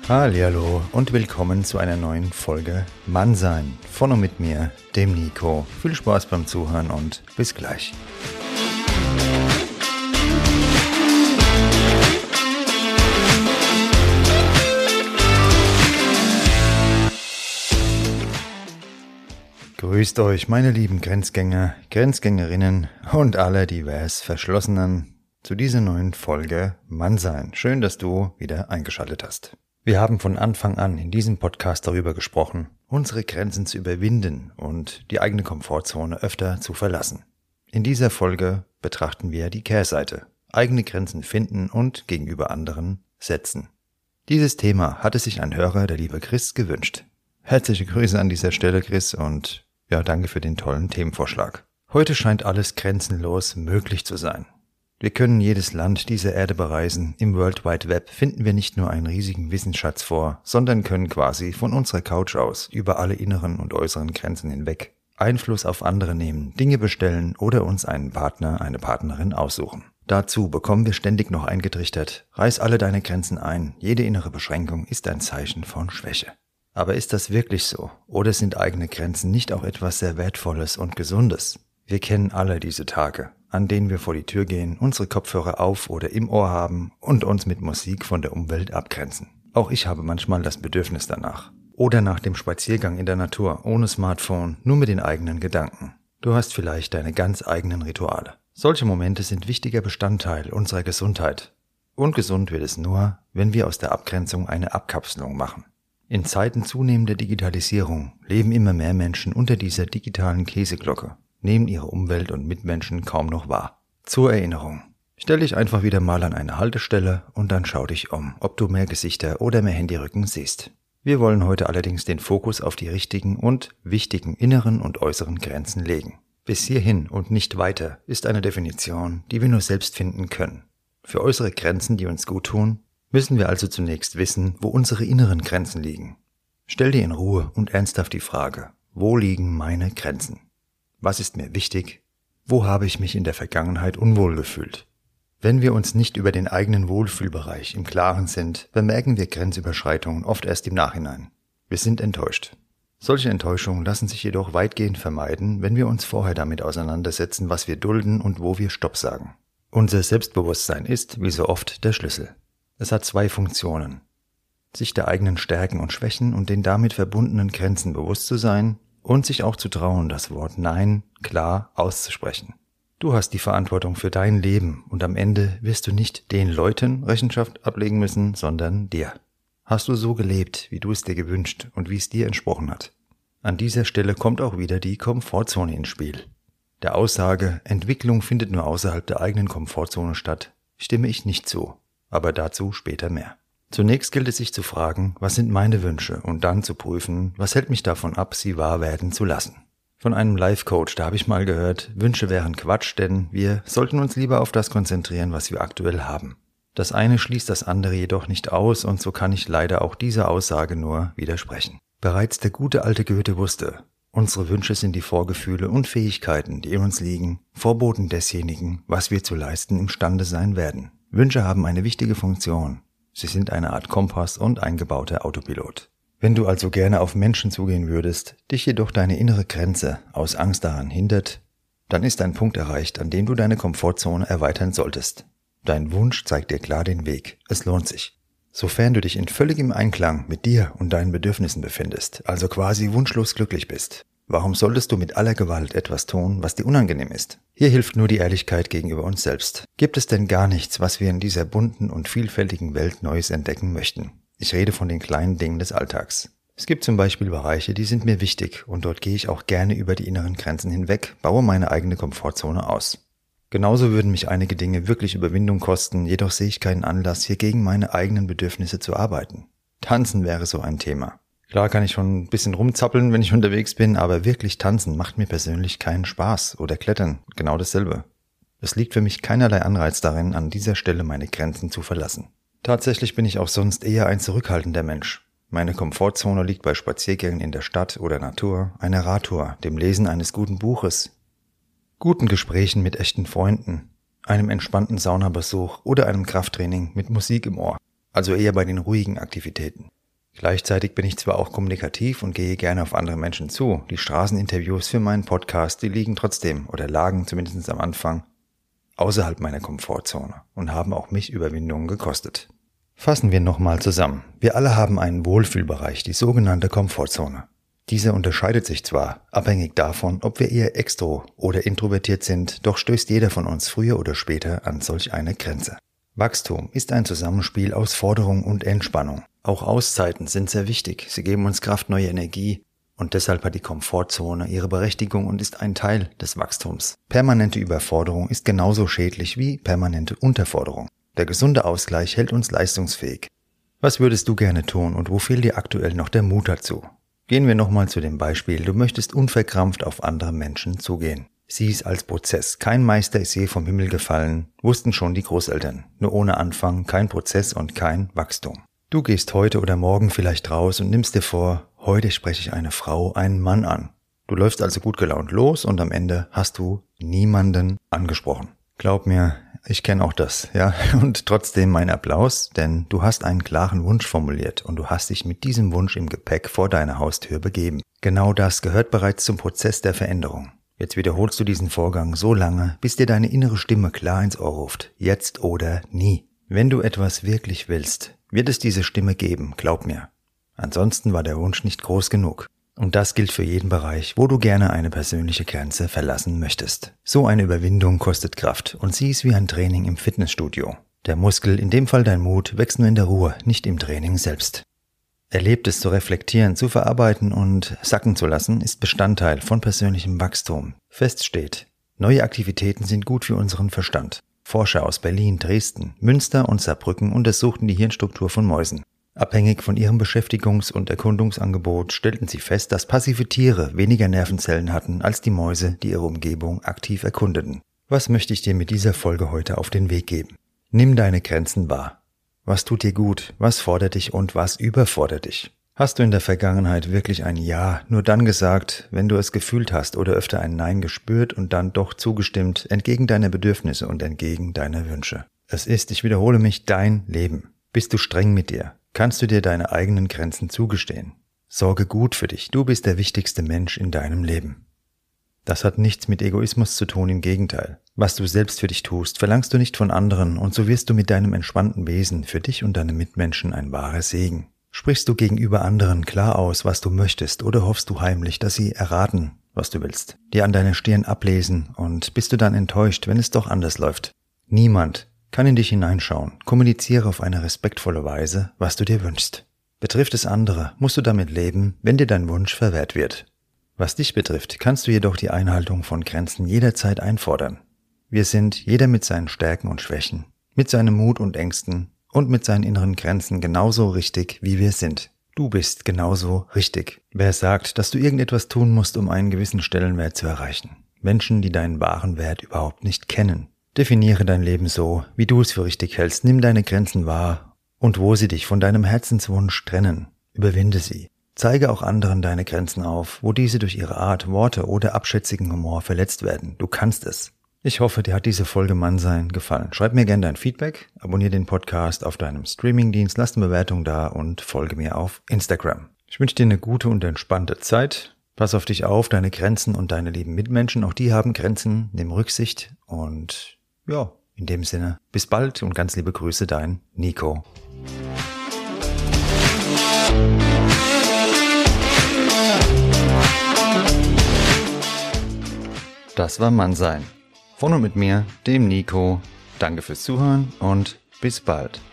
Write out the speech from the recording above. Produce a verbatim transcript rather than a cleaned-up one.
Hallihallo und willkommen zu einer neuen Folge Mannsein von und mit mir, dem Nico. Viel Spaß beim Zuhören und bis gleich. Grüßt euch, meine lieben Grenzgänger, Grenzgängerinnen und alle divers Verschlossenen zu dieser neuen Folge Mannsein. Schön, dass du wieder eingeschaltet hast. Wir haben von Anfang an in diesem Podcast darüber gesprochen, unsere Grenzen zu überwinden und die eigene Komfortzone öfter zu verlassen. In dieser Folge betrachten wir die Kehrseite, eigene Grenzen finden und gegenüber anderen setzen. Dieses Thema hatte sich ein Hörer, der liebe Chris, gewünscht. Herzliche Grüße an dieser Stelle, Chris, und ja, danke für den tollen Themenvorschlag. Heute scheint alles grenzenlos möglich zu sein. Wir können jedes Land dieser Erde bereisen. Im World Wide Web finden wir nicht nur einen riesigen Wissensschatz vor, sondern können quasi von unserer Couch aus über alle inneren und äußeren Grenzen hinweg Einfluss auf andere nehmen, Dinge bestellen oder uns einen Partner, eine Partnerin aussuchen. Dazu bekommen wir ständig noch eingetrichtert: Reiß alle deine Grenzen ein, jede innere Beschränkung ist ein Zeichen von Schwäche. Aber ist das wirklich so? Oder sind eigene Grenzen nicht auch etwas sehr Wertvolles und Gesundes? Wir kennen alle diese Tage, an denen wir vor die Tür gehen, unsere Kopfhörer auf oder im Ohr haben und uns mit Musik von der Umwelt abgrenzen. Auch ich habe manchmal das Bedürfnis danach. Oder nach dem Spaziergang in der Natur, ohne Smartphone, nur mit den eigenen Gedanken. Du hast vielleicht deine ganz eigenen Rituale. Solche Momente sind wichtiger Bestandteil unserer Gesundheit. Und gesund wird es nur, wenn wir aus der Abgrenzung eine Abkapselung machen. In Zeiten zunehmender Digitalisierung leben immer mehr Menschen unter dieser digitalen Käseglocke, nehmen ihre Umwelt und Mitmenschen kaum noch wahr. Zur Erinnerung: Stell dich einfach wieder mal an eine Haltestelle und dann schau dich um, ob du mehr Gesichter oder mehr Handyrücken siehst. Wir wollen heute allerdings den Fokus auf die richtigen und wichtigen inneren und äußeren Grenzen legen. Bis hierhin und nicht weiter ist eine Definition, die wir nur selbst finden können. Für äußere Grenzen, die uns gut tun, müssen wir also zunächst wissen, wo unsere inneren Grenzen liegen. Stell dir in Ruhe und ernsthaft die Frage: Wo liegen meine Grenzen? Was ist mir wichtig? Wo habe ich mich in der Vergangenheit unwohl gefühlt? Wenn wir uns nicht über den eigenen Wohlfühlbereich im Klaren sind, bemerken wir Grenzüberschreitungen oft erst im Nachhinein. Wir sind enttäuscht. Solche Enttäuschungen lassen sich jedoch weitgehend vermeiden, wenn wir uns vorher damit auseinandersetzen, was wir dulden und wo wir Stopp sagen. Unser Selbstbewusstsein ist, wie so oft, der Schlüssel. Es hat zwei Funktionen: sich der eigenen Stärken und Schwächen und den damit verbundenen Grenzen bewusst zu sein und sich auch zu trauen, das Wort Nein klar auszusprechen. Du hast die Verantwortung für dein Leben und am Ende wirst du nicht den Leuten Rechenschaft ablegen müssen, sondern dir. Hast du so gelebt, wie du es dir gewünscht und wie es dir entsprochen hat? An dieser Stelle kommt auch wieder die Komfortzone ins Spiel. Der Aussage, Entwicklung findet nur außerhalb der eigenen Komfortzone statt, stimme ich nicht zu, aber dazu später mehr. Zunächst gilt es sich zu fragen, was sind meine Wünsche, und dann zu prüfen, was hält mich davon ab, sie wahr werden zu lassen. Von einem Life-Coach, da habe ich mal gehört, Wünsche wären Quatsch, denn wir sollten uns lieber auf das konzentrieren, was wir aktuell haben. Das eine schließt das andere jedoch nicht aus, und so kann ich leider auch dieser Aussage nur widersprechen. Bereits der gute alte Goethe wusste: Unsere Wünsche sind die Vorgefühle und Fähigkeiten, die in uns liegen, Vorboten desjenigen, was wir zu leisten imstande sein werden. Wünsche haben eine wichtige Funktion. Sie sind eine Art Kompass und eingebauter Autopilot. Wenn du also gerne auf Menschen zugehen würdest, dich jedoch deine innere Grenze aus Angst daran hindert, dann ist ein Punkt erreicht, an dem du deine Komfortzone erweitern solltest. Dein Wunsch zeigt dir klar den Weg. Es lohnt sich. Sofern du dich in völligem Einklang mit dir und deinen Bedürfnissen befindest, also quasi wunschlos glücklich bist, warum solltest du mit aller Gewalt etwas tun, was dir unangenehm ist? Hier hilft nur die Ehrlichkeit gegenüber uns selbst. Gibt es denn gar nichts, was wir in dieser bunten und vielfältigen Welt Neues entdecken möchten? Ich rede von den kleinen Dingen des Alltags. Es gibt zum Beispiel Bereiche, die sind mir wichtig und dort gehe ich auch gerne über die inneren Grenzen hinweg, baue meine eigene Komfortzone aus. Genauso würden mich einige Dinge wirklich Überwindung kosten, jedoch sehe ich keinen Anlass, hier gegen meine eigenen Bedürfnisse zu arbeiten. Tanzen wäre so ein Thema. Klar kann ich schon ein bisschen rumzappeln, wenn ich unterwegs bin, aber wirklich tanzen macht mir persönlich keinen Spaß, oder Klettern, genau dasselbe. Es liegt für mich keinerlei Anreiz darin, an dieser Stelle meine Grenzen zu verlassen. Tatsächlich bin ich auch sonst eher ein zurückhaltender Mensch. Meine Komfortzone liegt bei Spaziergängen in der Stadt oder Natur, einer Radtour, dem Lesen eines guten Buches, guten Gesprächen mit echten Freunden, einem entspannten Saunabesuch oder einem Krafttraining mit Musik im Ohr, also eher bei den ruhigen Aktivitäten. Gleichzeitig bin ich zwar auch kommunikativ und gehe gerne auf andere Menschen zu. Die Straßeninterviews für meinen Podcast, die liegen trotzdem oder lagen zumindest am Anfang außerhalb meiner Komfortzone und haben auch mich Überwindungen gekostet. Fassen wir nochmal zusammen. Wir alle haben einen Wohlfühlbereich, die sogenannte Komfortzone. Dieser unterscheidet sich zwar, abhängig davon, ob wir eher extro oder introvertiert sind, doch stößt jeder von uns früher oder später an solch eine Grenze. Wachstum ist ein Zusammenspiel aus Forderung und Entspannung. Auch Auszeiten sind sehr wichtig, sie geben uns Kraft, neue Energie und deshalb hat die Komfortzone ihre Berechtigung und ist ein Teil des Wachstums. Permanente Überforderung ist genauso schädlich wie permanente Unterforderung. Der gesunde Ausgleich hält uns leistungsfähig. Was würdest du gerne tun und wo fehlt dir aktuell noch der Mut dazu? Gehen wir nochmal zu dem Beispiel, du möchtest unverkrampft auf andere Menschen zugehen. Sieh es als Prozess. Kein Meister ist je vom Himmel gefallen, wussten schon die Großeltern. Nur ohne Anfang kein Prozess und kein Wachstum. Du gehst heute oder morgen vielleicht raus und nimmst dir vor, heute spreche ich eine Frau, einen Mann an. Du läufst also gut gelaunt los und am Ende hast du niemanden angesprochen. Glaub mir, ich kenne auch das, ja, und trotzdem mein Applaus, denn du hast einen klaren Wunsch formuliert und du hast dich mit diesem Wunsch im Gepäck vor deine Haustür begeben. Genau das gehört bereits zum Prozess der Veränderung. Jetzt wiederholst du diesen Vorgang so lange, bis dir deine innere Stimme klar ins Ohr ruft, jetzt oder nie. Wenn du etwas wirklich willst, wird es diese Stimme geben, glaub mir. Ansonsten war der Wunsch nicht groß genug. Und das gilt für jeden Bereich, wo du gerne eine persönliche Grenze verlassen möchtest. So eine Überwindung kostet Kraft und sie ist wie ein Training im Fitnessstudio. Der Muskel, in dem Fall dein Mut, wächst nur in der Ruhe, nicht im Training selbst. Erlebtes zu reflektieren, zu verarbeiten und sacken zu lassen, ist Bestandteil von persönlichem Wachstum. Fest steht, neue Aktivitäten sind gut für unseren Verstand. Forscher aus Berlin, Dresden, Münster und Saarbrücken untersuchten die Hirnstruktur von Mäusen. Abhängig von ihrem Beschäftigungs- und Erkundungsangebot stellten sie fest, dass passive Tiere weniger Nervenzellen hatten als die Mäuse, die ihre Umgebung aktiv erkundeten. Was möchte ich dir mit dieser Folge heute auf den Weg geben? Nimm deine Grenzen wahr. Was tut dir gut, was fordert dich und was überfordert dich? Hast du in der Vergangenheit wirklich ein Ja nur dann gesagt, wenn du es gefühlt hast oder öfter ein Nein gespürt und dann doch zugestimmt, entgegen deiner Bedürfnisse und entgegen deiner Wünsche? Es ist, ich wiederhole mich, dein Leben. Bist du streng mit dir? Kannst du dir deine eigenen Grenzen zugestehen? Sorge gut für dich, du bist der wichtigste Mensch in deinem Leben. Das hat nichts mit Egoismus zu tun, im Gegenteil. Was du selbst für dich tust, verlangst du nicht von anderen und so wirst du mit deinem entspannten Wesen für dich und deine Mitmenschen ein wahrer Segen. Sprichst du gegenüber anderen klar aus, was du möchtest, oder hoffst du heimlich, dass sie erraten, was du willst, dir an deiner Stirn ablesen und bist du dann enttäuscht, wenn es doch anders läuft? Niemand kann in dich hineinschauen. Kommuniziere auf eine respektvolle Weise, was du dir wünschst. Betrifft es andere, musst du damit leben, wenn dir dein Wunsch verwehrt wird. Was dich betrifft, kannst du jedoch die Einhaltung von Grenzen jederzeit einfordern. Wir sind, jeder mit seinen Stärken und Schwächen, mit seinem Mut und Ängsten und mit seinen inneren Grenzen genauso richtig, wie wir sind. Du bist genauso richtig. Wer sagt, dass du irgendetwas tun musst, um einen gewissen Stellenwert zu erreichen? Menschen, die deinen wahren Wert überhaupt nicht kennen. Definiere dein Leben so, wie du es für richtig hältst. Nimm deine Grenzen wahr und wo sie dich von deinem Herzenswunsch trennen, überwinde sie. Zeige auch anderen deine Grenzen auf, wo diese durch ihre Art, Worte oder abschätzigen Humor verletzt werden. Du kannst es. Ich hoffe, dir hat diese Folge Mannsein gefallen. Schreib mir gerne dein Feedback, abonniere den Podcast auf deinem Streamingdienst, lass eine Bewertung da und folge mir auf Instagram. Ich wünsche dir eine gute und entspannte Zeit. Pass auf dich auf, deine Grenzen und deine lieben Mitmenschen, auch die haben Grenzen, nimm Rücksicht und ja, in dem Sinne, bis bald und ganz liebe Grüße, dein Nico. Das war Mannsein. Von und mit mir, dem Nico. Danke fürs Zuhören und bis bald.